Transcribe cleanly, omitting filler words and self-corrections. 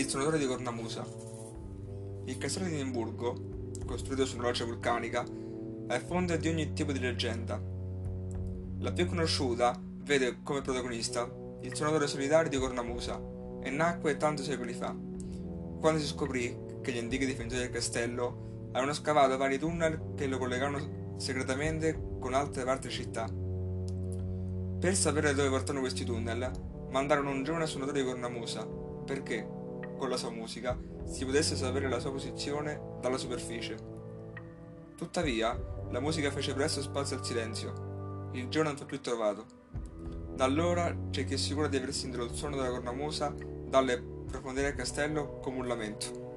Il suonatore di cornamusa. Il castello di Edimburgo, costruito su una roccia vulcanica, è fonte di ogni tipo di leggenda. La più conosciuta vede come protagonista il suonatore solitario di cornamusa e nacque tanti secoli fa, quando si scoprì che gli antichi difensori del castello avevano scavato vari tunnel che lo collegavano segretamente con altre parti della città. Per sapere dove portano questi tunnel, mandarono un giovane suonatore di cornamusa, perché, con la sua musica, si potesse sapere la sua posizione dalla superficie. Tuttavia, la musica fece presto spazio al silenzio. Il giovane non fu più trovato. Da allora c'è chi assicura di aver sentito il suono della cornamusa dalle profondità del castello come un lamento.